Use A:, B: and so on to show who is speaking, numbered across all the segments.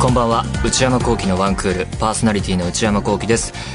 A: こんばんは、内山聖輝のワンクールパーソナリティの内山聖輝です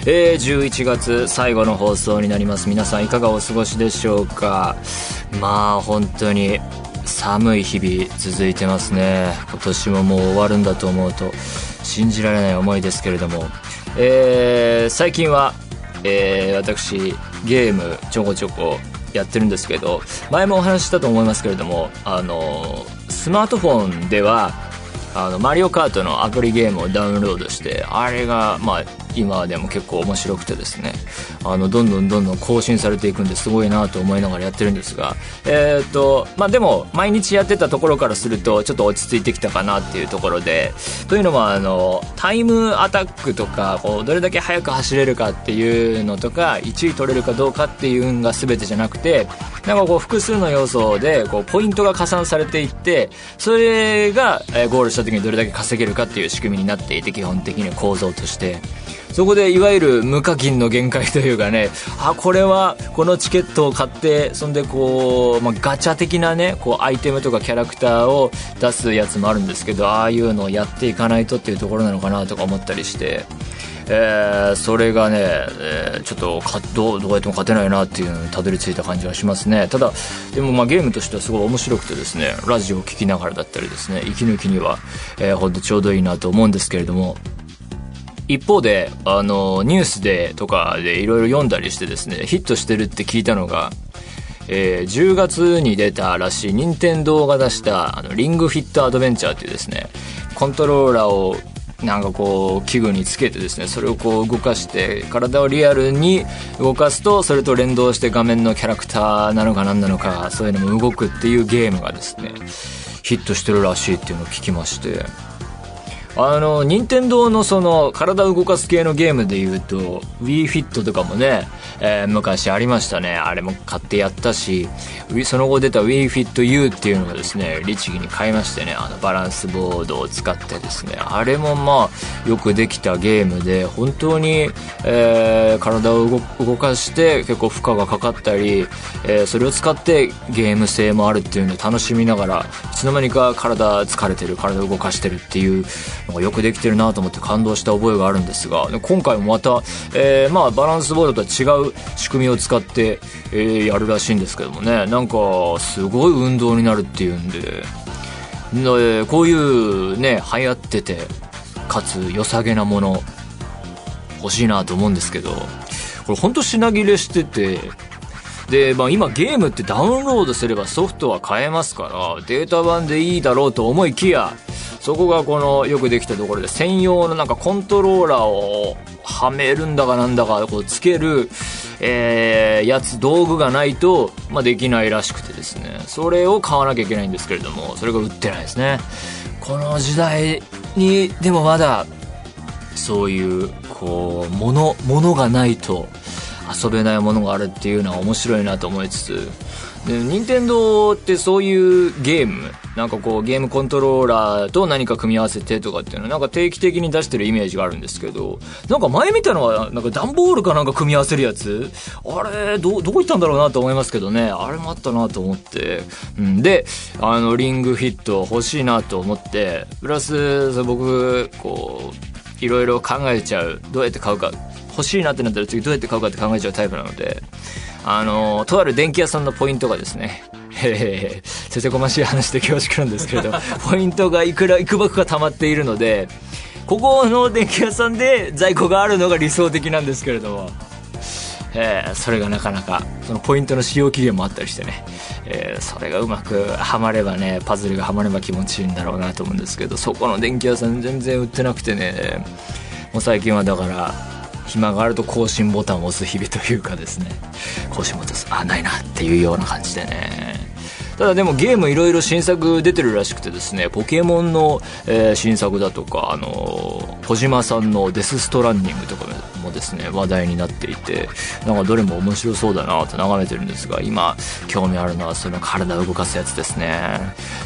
A: 。11月最後の放送になります。皆さんいかがお過ごしでしょうか。まあ本当に寒い日々続いてますね。今年ももう終わるんだと思うと信じられない思いですけれども、最近は、私ゲームちょこちょこやってるんですけど、前もお話ししたと思いますけれども、スマートフォンではマリオカートのアプリゲームをダウンロードして、あれがまあ今でも結構面白くてですね、どんどん更新されていくんですごいなと思いながらやってるんですが、まあでも毎日やってたところからするとちょっと落ち着いてきたかなっていうところで、というのもタイムアタックとかこうどれだけ速く走れるかっていうのとか1位取れるかどうかっていうのが全てじゃなくて、なんかこう複数の要素でこうポイントが加算されていって、それがゴールした時にどれだけ稼げるかっていう仕組みになっていて、基本的に構造としてそこでいわゆる無課金の限界というかね、これはこのチケットを買って、そんでこう、ガチャ的なねこうアイテムとかキャラクターを出すやつもあるんですけど、ああいうのをやっていかないとっていうところなのかなとか思ったりして、それがね、ちょっとどうやっても勝てないなっていうのにたどり着いた感じはしますね。ただでもゲームとしてはすごい面白くてですね、ラジオを聞きながらだったりですね、息抜きには、ほんとちょうどいいなと思うんですけれども、一方でニュースでとかでいろいろ読んだりしてですね、ヒットしてるって聞いたのが、10月に出たらしい任天堂が出したリングフィットアドベンチャーっていうですね、コントローラーをなんかこう器具につけてですね、それをこう動かして体をリアルに動かすと、それと連動して画面のキャラクターなのか何なのかそういうのも動くっていうゲームがですねヒットしてるらしいっていうのを聞きまして、任天堂のその体を動かす系のゲームでいうと Wii Fit とかもね、昔ありましたね。あれも買ってやったし、その後出た Wii Fit U っていうのがですね律儀に買いましてね、バランスボードを使ってですね、あれもまあよくできたゲームで、本当に、体を動かして結構負荷がかかったり、それを使ってゲーム性もあるっていうのを楽しみながら、いつの間にか体疲れてる、体を動かしてるっていうのがよくできてるなと思って感動した覚えがあるんですが、今回もまた、まあバランスボードとは違う仕組みを使って、やるらしいんですけどもね、なんかすごい運動になるっていうんで、こういうね流行っててかつ良さげなもの欲しいなと思うんですけど、これほんと品切れしてて、で、今ゲームってダウンロードすればソフトは買えますからデータ版でいいだろうと思いきや、そこがこのよくできたところで専用のなんかコントローラーをはめるんだかなんだかこうつける、道具がないと、できないらしくてですね、それを買わなきゃいけないんですけれども、それが売ってないですね。この時代にでもまだそういうこうものがないと遊べないものがあるっていうのは面白いなと思いつつ、で任天堂ってそういうゲームなんかこうゲームコントローラーと何か組み合わせてとかっていうのなんか定期的に出してるイメージがあるんですけど、なんか前見たのはなんか段ボールかなんか組み合わせるやつ、あれどこ行ったんだろうなと思いますけどね、あれもあったなと思って、でリングフィット欲しいなと思って、プラス僕こういろいろ考えちゃう、どうやって買うか、欲しいなってなったら次どうやって買うかって考えちゃうタイプなので、とある電気屋さんのポイントがですね、せせこましい話で恐縮なんですけれどポイントがいくばくか溜まっているので、ここの電気屋さんで在庫があるのが理想的なんですけれども、それがなかなかそのポイントの使用期限もあったりしてね、それがうまくはまればね、パズルがはまれば気持ちいいんだろうなと思うんですけど、そこの電気屋さん全然売ってなくてね、もう最近はだから暇があると更新ボタンを押す日々というかですね、更新ボタンないなっていうような感じでね。ただでもゲームいろいろ新作出てるらしくてですね、ポケモンの、新作だとか小島さんのデスストランディングとかもですね話題になっていて、なんかどれも面白そうだなと眺めてるんですが、今興味あるのはその体を動かすやつですね。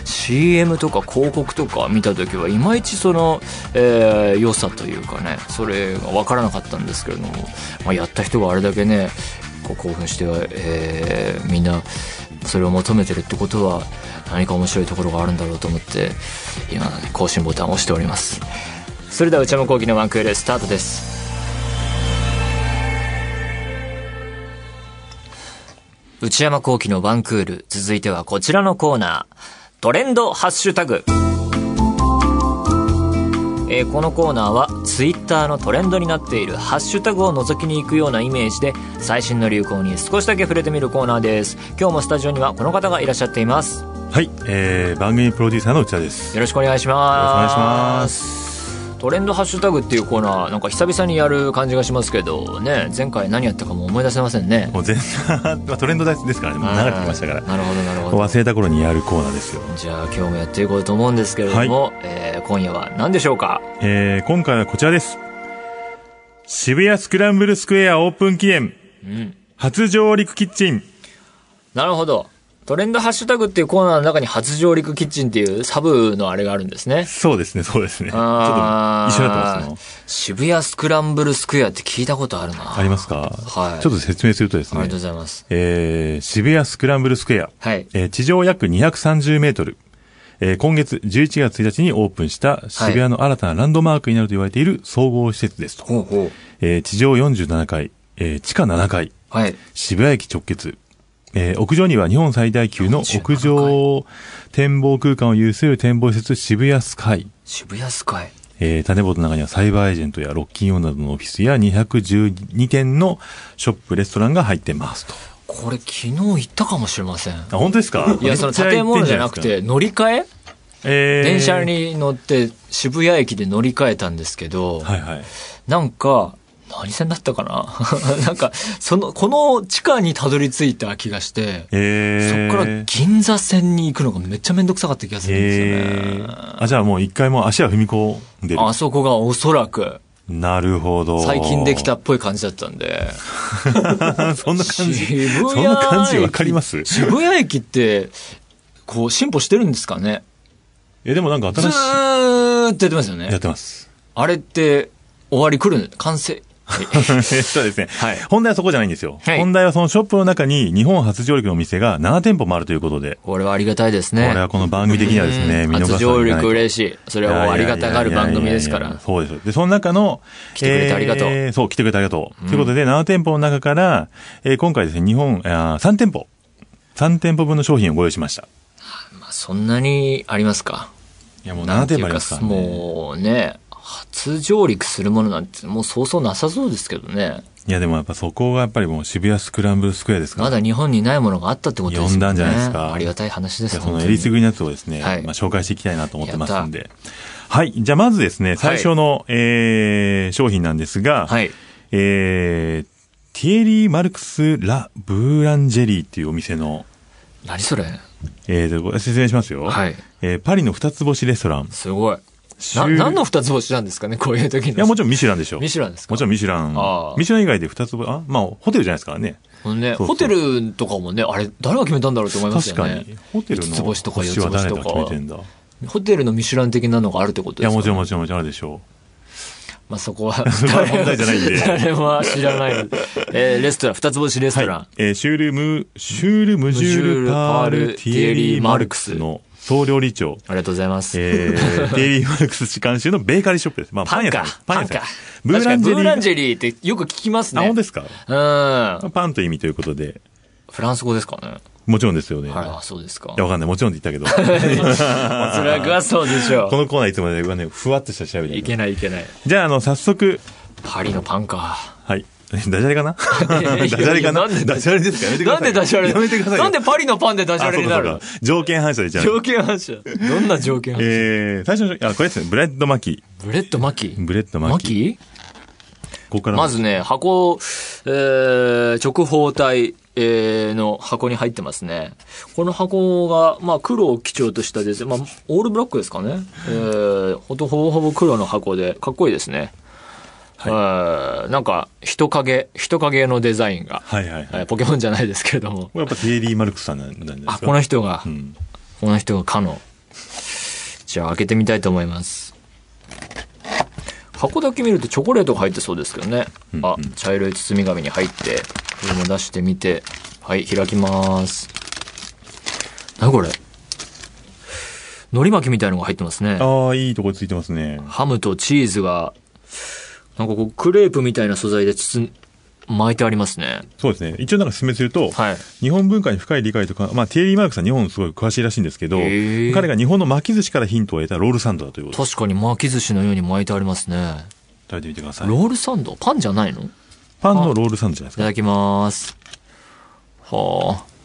A: CM とか広告とか見た時はいまいちその、良さというかね、それが分からなかったんですけれども、やった人があれだけねこう興奮して、みんなそれを求めてるってことは何か面白いところがあるんだろうと思って今、更新ボタンを押しております。 それでは内山聖輝のワンクールスタートです。内山聖輝のワンクール、続いてはこちらのコーナー、トレンドハッシュタグ。このコーナーはツイッターのトレンドになっているハッシュタグを覗きに行くようなイメージで最新の流行に少しだけ触れてみるコーナーです。今日もスタジオにはこの方がいらっしゃっています。
B: はい、番組プロデューサーの内田です。
A: よろしくお願いします。よろしくお願いします。トレンドハッシュタグっていうコーナー、なんか久々にやる感じがしますけどね、前回何やったかも思い出せませんね。
B: もうトレンドですからね、もう流れてきましたから。
A: なるほどなるほど。
B: 忘れた頃にやるコーナーですよ。
A: じゃあ今日もやっていこうと思うんですけれども、はい、今夜は何でしょうか。
B: 今回はこちらです。渋谷スクランブルスクエアオープン記念、初上陸キッチン。な
A: るほど。トレンドハッシュタグっていうコーナーの中に初上陸キッチンっていうサブのあれがあるんですね。
B: そうですね、そうですね。ちょっと一緒になってます。
A: 渋谷スクランブルスクエアって聞いたことあるな。
B: ありますか。
A: はい。
B: ちょっと説明するとですね。
A: ありがとうございます。
B: 渋谷スクランブルスクエア。
A: はい。
B: 地上約230メートル。今月11月1日にオープンした渋谷の新たなランドマークになると言われている総合施設ですと。
A: ほうほ
B: う。地上47階、地下7階。
A: はい。
B: 渋谷駅直結。屋上には日本最大級の屋上展望空間を有する展望施設渋谷スカイ。
A: 渋谷スカイ。
B: 種ボートの中にはサイバーエージェントやロッキンオンなどのオフィスや212店のショップ、レストランが入ってますと。
A: これ昨日行ったかもしれません。
B: あ、本当ですか。
A: いや、その建物じゃなくて乗り換え、電車に乗って渋谷駅で乗り換えたんですけど、
B: はいはい。
A: なんか、何線だったかななんか、この地下にたどり着いた気がして、そこから銀座線に行くのがめっちゃめんどくさかった気がするんですよね。
B: あ、じゃあもう一回も足は踏み込んでる。
A: あそこがおそらく。
B: なるほど。
A: 最近できたっぽい感じだったんで。
B: そんな感じ。そんな感じわかります？
A: 渋谷駅って、こう、進歩してるんですかね。
B: でもなんか新しい。
A: ずーっとやってますよね。
B: やってます。
A: あれって、終わり来る完成。
B: そうですね。
A: はい。
B: 本題はそこじゃないんですよ。はい、本題はそのショップの中に日本初上陸のお店が7店舗もあるということで。
A: これはありがたいですね。
B: これはこの番組的にはですね、見逃さない。
A: 初上陸嬉しい。それはありがたがる番組ですから。
B: そうです。で、その中の、
A: 来てくれてありがとう。
B: そう、来てくれてありがとう。ということで、7店舗の中から、今回ですね、3店舗分の商品をご用意しました。
A: まあ、そんなにありますか。
B: いや、もう7店舗ありますからね。
A: もうね、初上陸するものなんてもうそうそうなさそうですけどね。
B: いやでもやっぱそこがやっぱりもう渋谷スクランブルスクエアですから。
A: まだ日本にないものがあったってことですよね。
B: 呼んだんじゃないですか。
A: ありがたい話ですね。
B: そのえりすぐりのやつをですね、
A: はい、
B: 紹介していきたいなと思ってますんで。はい。じゃあまずですね、最初の、商品なんですが、
A: はい、
B: ティエリー・マルクス・ラ・ブーランジェリーっていうお店の。
A: 何それ？
B: 説明しますよ。
A: はい。
B: パリの二つ星レストラン。
A: すごい。何の二つ星なんですかね、こういう時に。
B: いや、もちろんミシュランでしょ。
A: ミシュランですか？
B: もちろんミシュラン。ミシュラン以外で二つ星、まあ、ホテルじゃないですからね。
A: ね、ホテルとかもね、あれ、誰が決めたんだろうと思いますよね。
B: 確かに。ホテルの
A: 星とか4つ星とか。
B: 決めてんだ。
A: ホテルのミシュラン的なのがあるってことですか？
B: いや、もちろんあるでしょう。
A: まあそこは
B: 問題じゃないんで。
A: 誰も知らない。レストラン、二つ星レストラン。
B: はい、シュールムジュールパールティエリー・マルクスの総料理長。
A: ありがとうございます。
B: ティエリー・マルクス士官州のベーカリーショップです。まあ
A: パンか。
B: ブーラ
A: ンジェリーってよく聞きますね。
B: あ、本当ですか？パンという意味ということで。
A: フランス語ですかね。
B: もちろんですよね。
A: ああ、そうですか。
B: いや、わかんない。もちろんって言ったけど。
A: おそらくはそうでしょう。
B: このコーナーいつもね、ふわっとした調べで。
A: いけない。
B: じゃあ、早速。
A: パリのパンか。
B: はい。ダジャレかな？ダジャレかな？ダジャレですか？やめてください。
A: なんでダジャレ？
B: やめてください。
A: なんでパリのパンでダジャレになるの？
B: 条件反射でじゃあ。
A: 条件反射。どんな条件反射？
B: 最初の、これですね。ブレッド巻き。
A: ブレッド巻き
B: ここから。
A: まずね、箱、直方体、の箱に入ってますね。この箱が、まあ黒を基調としたですね。まあ、オールブラックですかね。ほぼ黒の箱で、かっこいいですね。はい、なんか人影のデザインが、ポケモンじゃないですけれども、
B: やっぱティエリー・マルクスさんなんですか？
A: この人がかの。じゃあ開けてみたいと思います。箱だけ見るとチョコレートが入ってそうですけどね。茶色い包み紙に入って、これも出してみて、はい、開きます。何これ？ 海苔巻きみたいのが入ってますね。
B: ああ、いいとこついてますね。
A: ハムとチーズが、なんかこう、クレープみたいな素材で巻いてありますね。
B: そうですね。一応なんか説明すると、
A: はい。
B: 日本文化に深い理解とか、まあ、ティエリー・マルクさん日本すごい詳しいらしいんですけど、彼が日本の巻き寿司からヒントを得たロールサンドだということです。
A: 確かに巻き寿司のように巻いてありますね。
B: 食べてみてください。
A: ロールサンドパンじゃないの？
B: パンのロールサンドじゃないですか。
A: いただきます。はあ。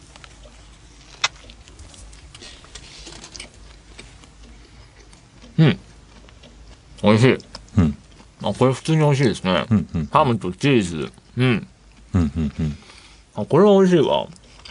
A: うん。美味しい。
B: うん。
A: あ、これ普通に美味しいですね。
B: うんうん。
A: ハムとチーズ。うん。
B: うんうんうん。
A: あ、これは美味しいわ。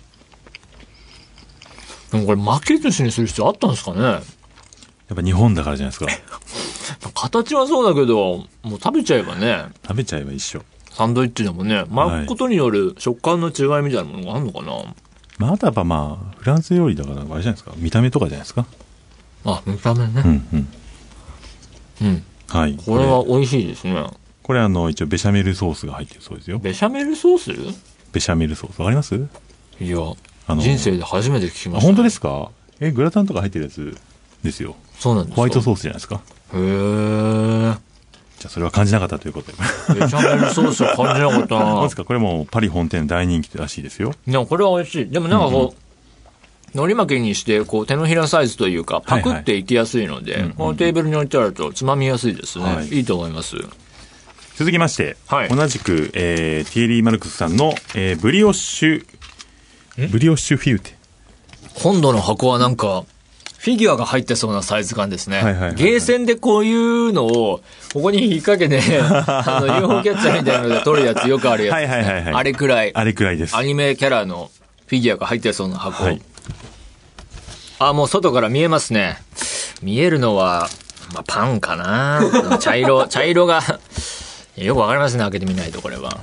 A: でもこれ巻き寿司にする必要あったんですかね？
B: やっぱ日本だからじゃないですか。
A: 形はそうだけど、もう食べちゃえばね。
B: 食べちゃえば一緒。
A: サンドイッチでもね、巻くことによる食感の違いみたいなものがあるのかな？
B: まあ、あとはやっぱまあ、フランス料理だから、あれじゃないですか。見た目とかじゃないですか。
A: あ、見た目ね。
B: うんうん。
A: うん。
B: はい。
A: これは美味しいですね。
B: これ一応ベシャメルソースが入ってるそうですよ。
A: ベシャメルソース？
B: ベシャメルソース。わかります？
A: いや、人生で初めて聞きました、ね。
B: 本当ですか？グラタンとか入ってるやつですよ。
A: そうなんですか？
B: ホワイトソースじゃないですか。
A: へー。
B: じゃあそれは感じなかったということで。
A: ベシャメルソースは感じなかったな。
B: そうですか？これもパリ本店大人気らしいですよ。
A: でもこれは美味しい。でもなんかこう、海苔巻きにしてこう手のひらサイズというかパクっていきやすいので、このテーブルに置いてあるとつまみやすいですね。はい、いいと思います。
B: 続きまして、はい、同じく、ティエリー・マルクスさんの、ブリオッシュフィウテ。
A: 今度の箱はなんかフィギュアが入ってそうなサイズ感ですね。ゲーセンでこういうのをここに引っ掛けてUFO キャッチャーみたいなので撮るやつよくあるやつ、ね。あれくらい。
B: あれくらいです。
A: アニメキャラのフィギュアが入ってそうな箱。はい、あ、もう外から見えますね。見えるのは、まあ、パンかな。茶色がよくわかりますね。開けてみないとこれは。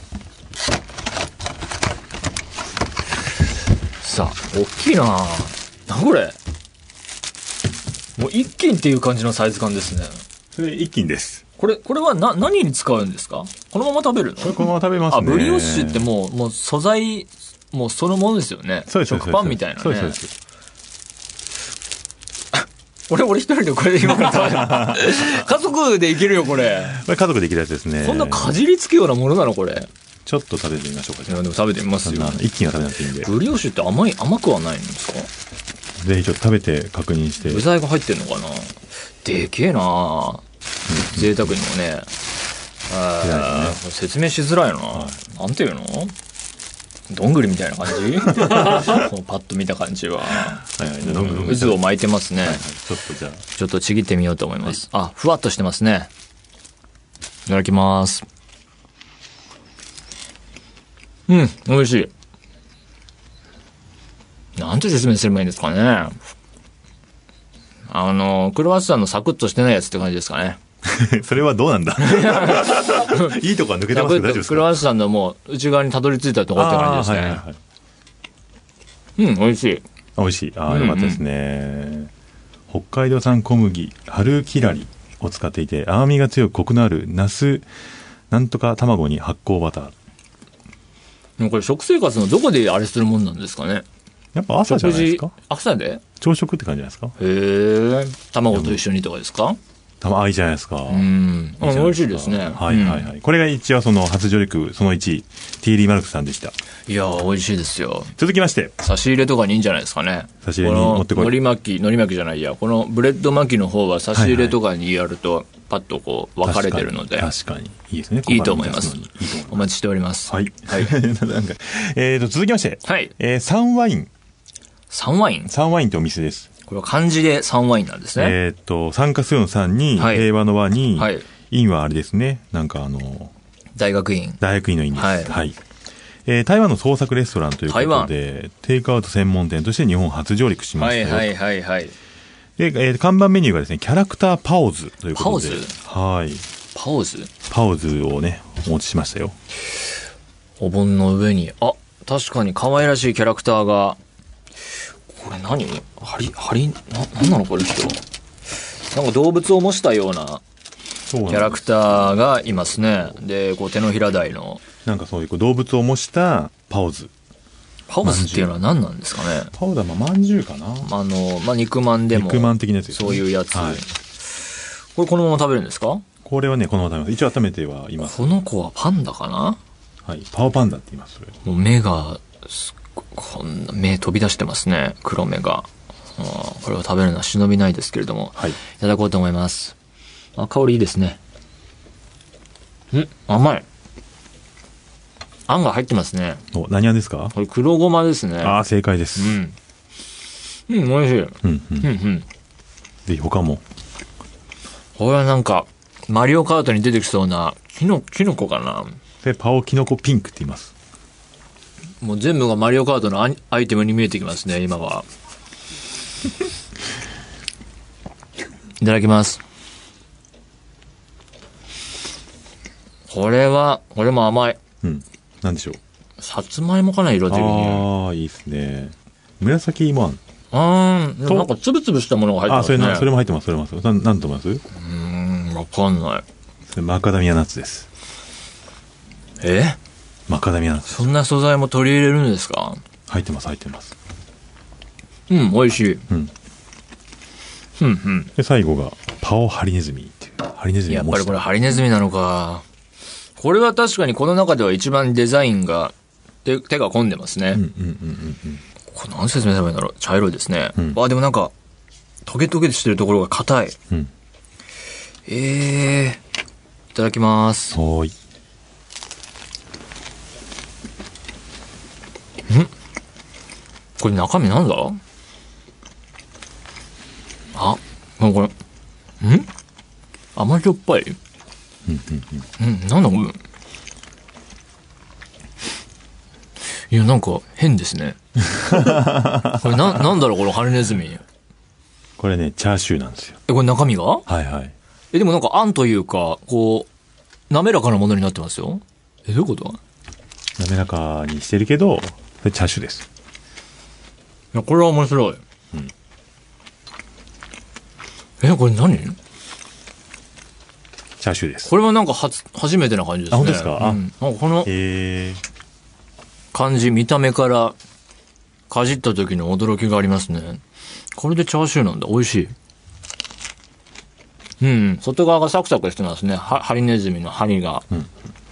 A: さあ、大きいな。何これ。もう一斤っていう感じのサイズ感ですね。
B: それ一斤です。
A: これは何に使うんですか？このまま食べるの？これ
B: このまま食べますね。
A: あ、ブリオッシュってもう素材、もうそのものですよね。
B: そうです。
A: 食パンみたいなね。
B: そうです。
A: 俺一人でこれで今から食べる。家族でいけるよ、これ。
B: これ家族でいけるやつですね。
A: そんなかじりつくようなものなの、これ。
B: ちょっと食べてみましょうか。
A: いや、でも食べてみますよ。
B: 一気には食べなくていいんで。
A: ブリオッシュって甘くはないんですか？
B: ぜひちょっと食べて確認して。
A: 具材が入ってんのかな？でけえな。贅沢にもね。説明しづらいな。なんていうの？どんぐりみたいな感じ？パッと見た感じは。渦を巻いてますね。ちょっとちぎってみようと思います。あ、ふわっとしてますね。いただきます。うん、美味しい。なんて説明すればいいんですかね。クロワッサンのサクッとしてないやつって感じですかね。
B: それはどうなんだ。いいとこは抜けてますけど大丈夫ですか？
A: クロワッサンのもう内側にたどり着いたとこって感じですね。うん、美味しい。
B: 美味しい。ああ、よかったですね。北海道産小麦、春キラリを使っていて、甘みが強くコクのあるナスなんとか卵に発酵バター。
A: でもこれ食生活のどこであれするもんなんですかね。
B: やっぱ朝じゃないですか？
A: 朝で？
B: 朝食って感じじゃないですか？
A: へえ。卵と一緒にとかですか？
B: あ、いいじゃないですか。
A: 美味しいですね。
B: はいはいはい。これが一応その初上陸その1位、ティーリー・マルクスさんでした。
A: いやー、美味しいですよ。
B: 続きまして。
A: 差し入れとかにいいんじゃないですかね。
B: 差し入れに持ってこい。
A: 海苔巻きじゃないや。このブレッド巻きの方は差し入れとかにやると、パッとこう分かれてるので。
B: 確かに。いいですね。
A: いいと思います。お待ちしております。
B: はい。はい。なんか続きまして。
A: はい。
B: サンワイン。
A: サンワイン？
B: サンワインってお店です。
A: これは漢字でサンワインなんですね。
B: 参加するの3に、平和の和に、院はあれですね。なんか
A: 大学院
B: の院です。はい。台湾の創作レストランということで、テイクアウト専門店として日本初上陸しましたよ。
A: はい。
B: で、看板メニューがですね、キャラクターパオズということで。はい。
A: パオズ
B: をね、お持ちしましたよ。
A: お盆の上に、あ、確かに可愛らしいキャラクターが。これ何？なんなのこれ人。なんか動物を模したようなキャラクターがいますね。で、こう手のひら大の。
B: なんかそういう動物を模したパオズ。
A: パウズっていうのは何なんですかね。
B: パウダー、まんじゅうかな。
A: 肉まんでも。
B: 肉まん的なやつですね。
A: そういうやつ。
B: はい。
A: これこのまま食べるんですか？
B: これはね、このまま食べます。一応温めてはいます。
A: この子はパンダかな？
B: はい。パオパンダって言います、それ。
A: もう目が、こんな目飛び出してますね。黒目が。これを食べるのは忍びないですけれども。
B: はい。
A: いただこうと思います。香りいいですね。甘い。あんが入ってますね。
B: 何あんですか？
A: これ黒ごまですね。
B: あ、正解です。
A: 美味しい。
B: ぜひ他も。
A: これはなんか、マリオカートに出てきそうな、キノコかな。
B: パオキノコピンクって言います。
A: もう全部がマリオカートのアイテムに見えてきますね、今は。いただきます。これも甘い。
B: なんでしょう。
A: さつまいもかな、色的に。
B: いいですね。紫芋あん。
A: なんかつぶつぶしたものが入ってますね。
B: それも入ってます、それも入ってます。なんと思います？
A: わかんない。
B: それマカダミアナッツです。マカダミアナッツ。
A: そんな素材も取り入れるんですか？
B: 入ってます、入ってます。
A: 美味しい。
B: で、最後が、パオハリネズミっていう。ハリネズミ
A: やっぱりこれハリネズミなのか。これは確かにこの中では一番デザインが、手が込んでますね。これ何説明すればいいんだろう。茶色いですね。でもなんか、トゲトゲしてるところが硬い。いただきます。
B: はい。
A: これ中身なんだ？これ、甘じょっぱい？なんだこれ。いや、なんか変ですね。これなんだろう、このハリネズミ。
B: これね、チャーシューなんですよ。
A: これ中身が？
B: はいはい。
A: でもなんかあんというか、こう、滑らかなものになってますよ。どういうこと？
B: 滑らかにしてるけど、それチャーシューです。
A: いや、これは面白い。これ何？
B: チャーシューです。
A: これはなんか初めてな感じですね。
B: 本当ですか？
A: なんかこの感じ、見た目からかじった時の驚きがありますね。これでチャーシューなんだ。美味しい。外側がサクサクしてますね。ハリネズミの針が。こ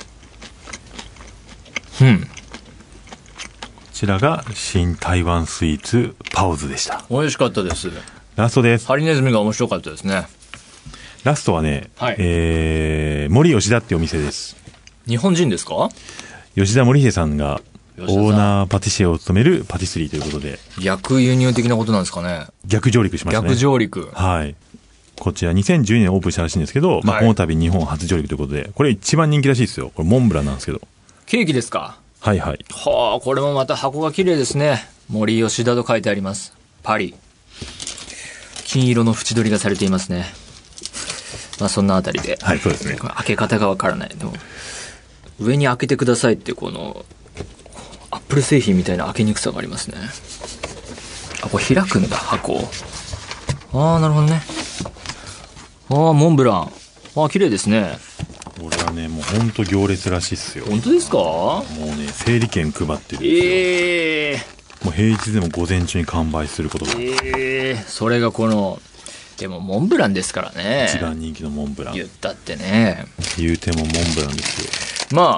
B: ちらが新台湾スイーツパオズでした。
A: 美味しかったです。
B: ラストです。
A: ハリネズミが面白かったですね。
B: ラストはね、森吉田ってお店です。
A: 日本人ですか？
B: 吉田森秀さんがオーナーパティシエを務めるパティスリーということで。
A: 逆輸入的なことなんですかね。
B: 逆上陸しましたね。
A: 逆上陸。
B: はい。こちら2012年オープンしたらしいんですけど、この度日本初上陸ということで、これ一番人気らしいですよ。これモンブランなんですけど。
A: ケーキですか？
B: はいはい。
A: これもまた箱が綺麗ですね。森吉田と書いてあります。パリ。金色の縁取りがされていますね。そんなあたりで。
B: はい、そうですね。
A: 開け方がわからない。上に開けてくださいってこの、アップル製品みたいな開けにくさがありますね。これ開くんだ、箱を。なるほどね。モンブラン。綺麗ですね。
B: これはね、もうほんと行列らしいっすよ。
A: 本当ですか？
B: もうね、整理券配ってるんですよ。もう平日でも午前中に完売することが。
A: それがこの、でもモンブランですからね。
B: 一番人気のモンブラン。
A: 言ったってね。
B: 言うてもモンブランです
A: よ。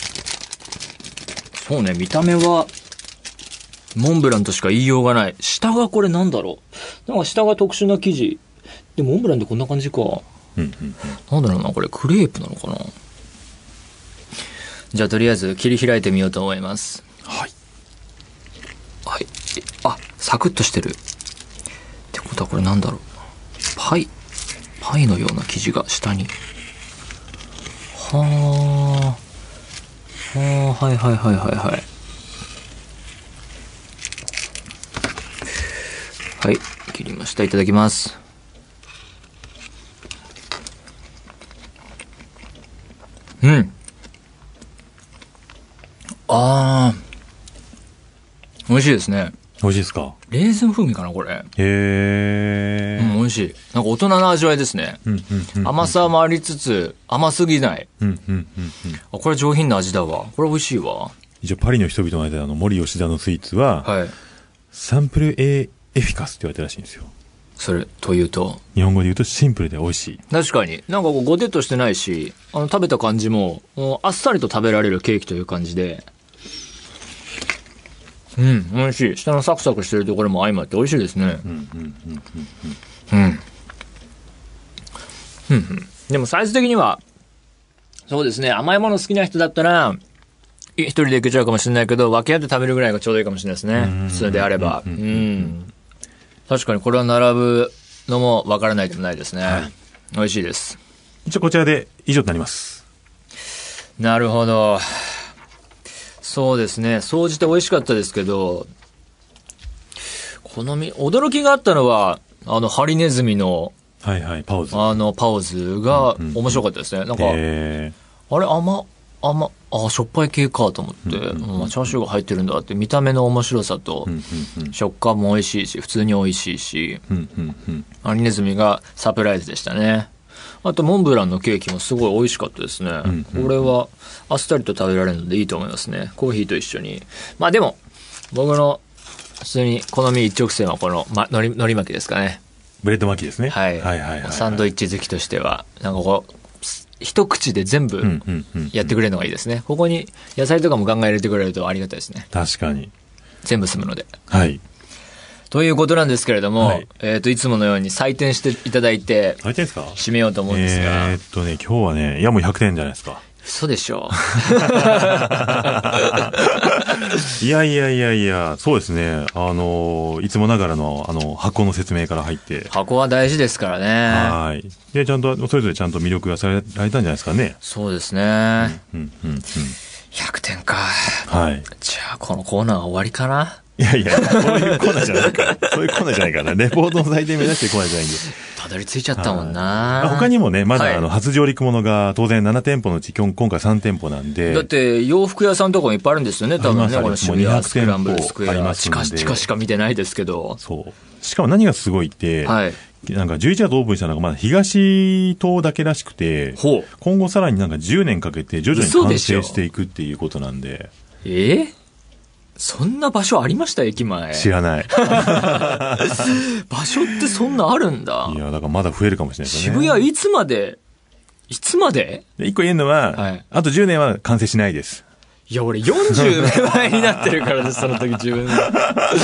A: そうね、見た目は、モンブランとしか言いようがない。下がこれなんだろう。なんか下が特殊な生地。でもモンブランってこんな感じか。なんだろうな、これクレープなのかな。じゃあとりあえず切り開いてみようと思います。
B: はい。
A: サクッとしてる。ってことはこれなんだろう。パイのような生地が下に。はい、切りました。いただきます。美味しいですね。
B: 美味しいですか？
A: レーズン風味かな、これ。美味しい。なんか大人の味わいですね。甘さもありつつ、甘すぎない。これ上品な味だわ。これ美味しいわ。
B: 一応パリの人々の間で森吉田のスイーツは、
A: はい。
B: サンプルエフィカスって言われてるらしいんですよ。
A: それというと、
B: 日本語で言うとシンプルで美味しい。
A: 確かになんかこうゴテッとしてないし、食べた感じもあっさりと食べられるケーキという感じで、美味しい。下のサクサクしてるところも相まって美味しいですね。でもサイズ的にはそうですね、甘いもの好きな人だったら一人でいけちゃうかもしれないけど、分け合って食べるぐらいがちょうどいいかもしれないですね。普通であれば。確かにこれは並ぶのも分からないでもないですね。はい、美味しいです。
B: 一応こちらで以上になります。
A: なるほど。そうですね、総じて美味しかったですけど、驚きがあったのはハリネズミの
B: パオズ。
A: パオズが面白かったですね。なんか、あれ、しょっぱい系かと思って、チャーシューが入ってるんだって、見た目の面白さと、食感も美味しいし、普通に美味しいし、ハリネズミがサプライズでしたね。あと、モンブランのケーキもすごい美味しかったですね。これは、あっさりと食べられるのでいいと思いますね。コーヒーと一緒に。まあでも、僕の、普通に好み一直線はこの、海苔巻きですかね。
B: ブレッド巻きですね。
A: はい。サンドイッチ好きとしては、なんかこう、一口で全部やってくれるのがいいですね。ここに野菜とかもガンガン入れてくれるとありがたいですね。
B: 確かに。
A: 全部済むので。
B: はい。
A: ということなんですけれども、はい、いつものように採点していただいて、
B: 採点ですか？
A: 締めようと思うんですが。
B: 今日はね、いやもう100点じゃないですか。
A: 嘘でしょ
B: いや、そうですね。いつもながらの、箱の説明から入って。
A: 箱は大事ですからね。
B: はい。で、ちゃんと、それぞれちゃんと魅力がされたんじゃないですかね。
A: そうですね。100点か。
B: はい。
A: じゃあ、このコーナーは終わりかな？
B: いや、そういうコーナーじゃないから。そういうコーナーじゃないから。レポートの採点目指してるコーナーじゃないんで。
A: たどり着いちゃったもんな。
B: 他にもね、まだ初上陸ものが当然7店舗のうち今回3店舗なんで。
A: だって洋服屋さんとかもいっぱいあるんですよね、多分ね。この渋谷スクランブルスクエア。地下しか見てないですけど。
B: そう。しかも何がすごいって、なんか11月オープンしたのがまだ東棟だけらしくて、今後さらになんか10年かけて徐々に完成していくっていうことなんで。
A: そんな場所ありました？駅前。
B: 知らない。
A: 場所ってそんなあるんだ。
B: いや、だからまだ増えるかもしれないですね。
A: 渋谷いつまで
B: 一個言えるのは、あと10年は完成しないです。
A: いや、俺40目前になってるからです、その時自分が。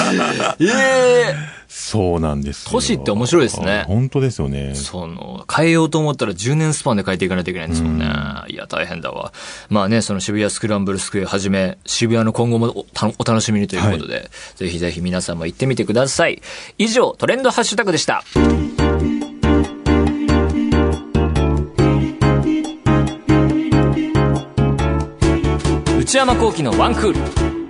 B: そうなんですよ。
A: 都市って面白いですね。
B: 本当ですよね。
A: 変えようと思ったら10年スパンで変えていかないといけないんですもんね。いや、大変だわ。まあね、その渋谷スクランブルスクエアはじめ、渋谷の今後もお楽しみにということで、ぜひぜひ皆さんも行ってみてください。以上、トレンドハッシュタグでした。内山聖輝のワンクール。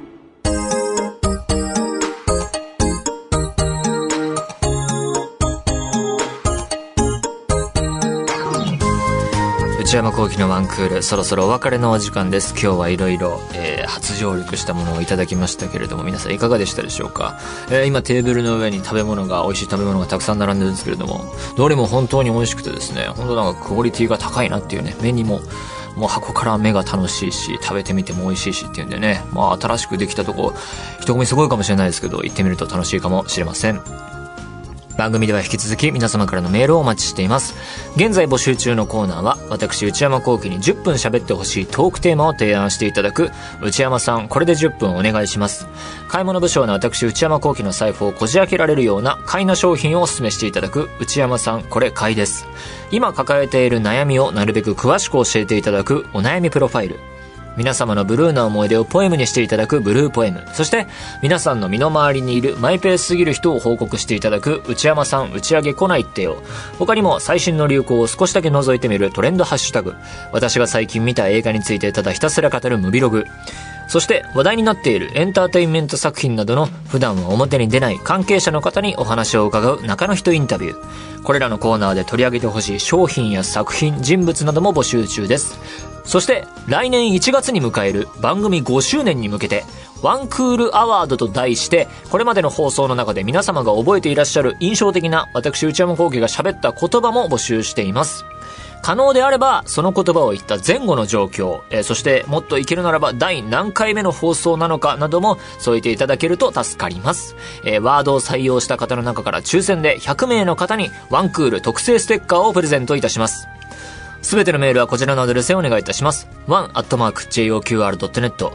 A: 内山聖輝のワンクール、そろそろお別れのお時間です。今日はいろいろ初上陸したものをいただきましたけれども、皆さんいかがでしたでしょうか？今テーブルの上に美味しい食べ物がたくさん並んでるんですけれども、どれも本当に美味しくてですね、本当なんかクオリティが高いなっていうね、目にも箱から目が楽しいし、食べてみても美味しいしっていうんでね、新しくできたとこ、人混みすごいかもしれないですけど、行ってみると楽しいかもしれません。番組では引き続き皆様からのメールをお待ちしています。現在募集中のコーナーは、私内山聖輝に10分喋ってほしいトークテーマを提案していただく、内山さんこれで10分お願いします。買い物不詳な私内山聖輝の財布をこじ開けられるような買いな商品をお勧めしていただく、内山さんこれ買いです。今抱えている悩みをなるべく詳しく教えていただくお悩みプロファイル、皆様のブルーな思い出をポエムにしていただくブルーポエム、そして皆さんの身の回りにいるマイペースすぎる人を報告していただく内山さん打ち上げ来ないってよ。他にも最新の流行を少しだけ覗いてみるトレンドハッシュタグ、私が最近見た映画についてただひたすら語るムビログ、そして話題になっているエンターテインメント作品などの普段は表に出ない関係者の方にお話を伺う中の人インタビュー。これらのコーナーで取り上げてほしい商品や作品、人物なども募集中です。そして来年1月に迎える番組5周年に向けて、ワンクールアワードと題して、これまでの放送の中で皆様が覚えていらっしゃる印象的な私内山聖輝が喋った言葉も募集しています。 可能であればその言葉を言った前後の状況、そしてもっといけるならば第何回目の放送なのかなども添えていただけると助かります。ワードを採用した方の中から抽選で100名の方にワンクール特製ステッカーをプレゼントいたします。すべてのメールはこちらのアドレスへお願いいたします。one@joqr.net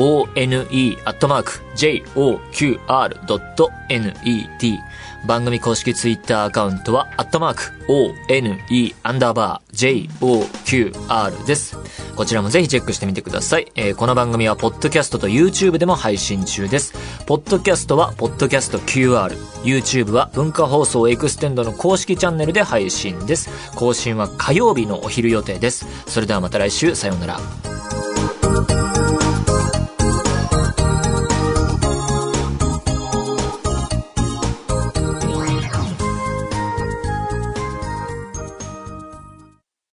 A: one@joqr.net 番組公式ツイッターアカウントは@one_joqr です。こちらもぜひチェックしてみてください。この番組はポッドキャストと YouTube でも配信中です。ポッドキャストはポッドキャスト QR、 YouTube は文化放送エクステンドの公式チャンネルで配信です。更新は火曜日のお昼予定です。それではまた来週、さようなら。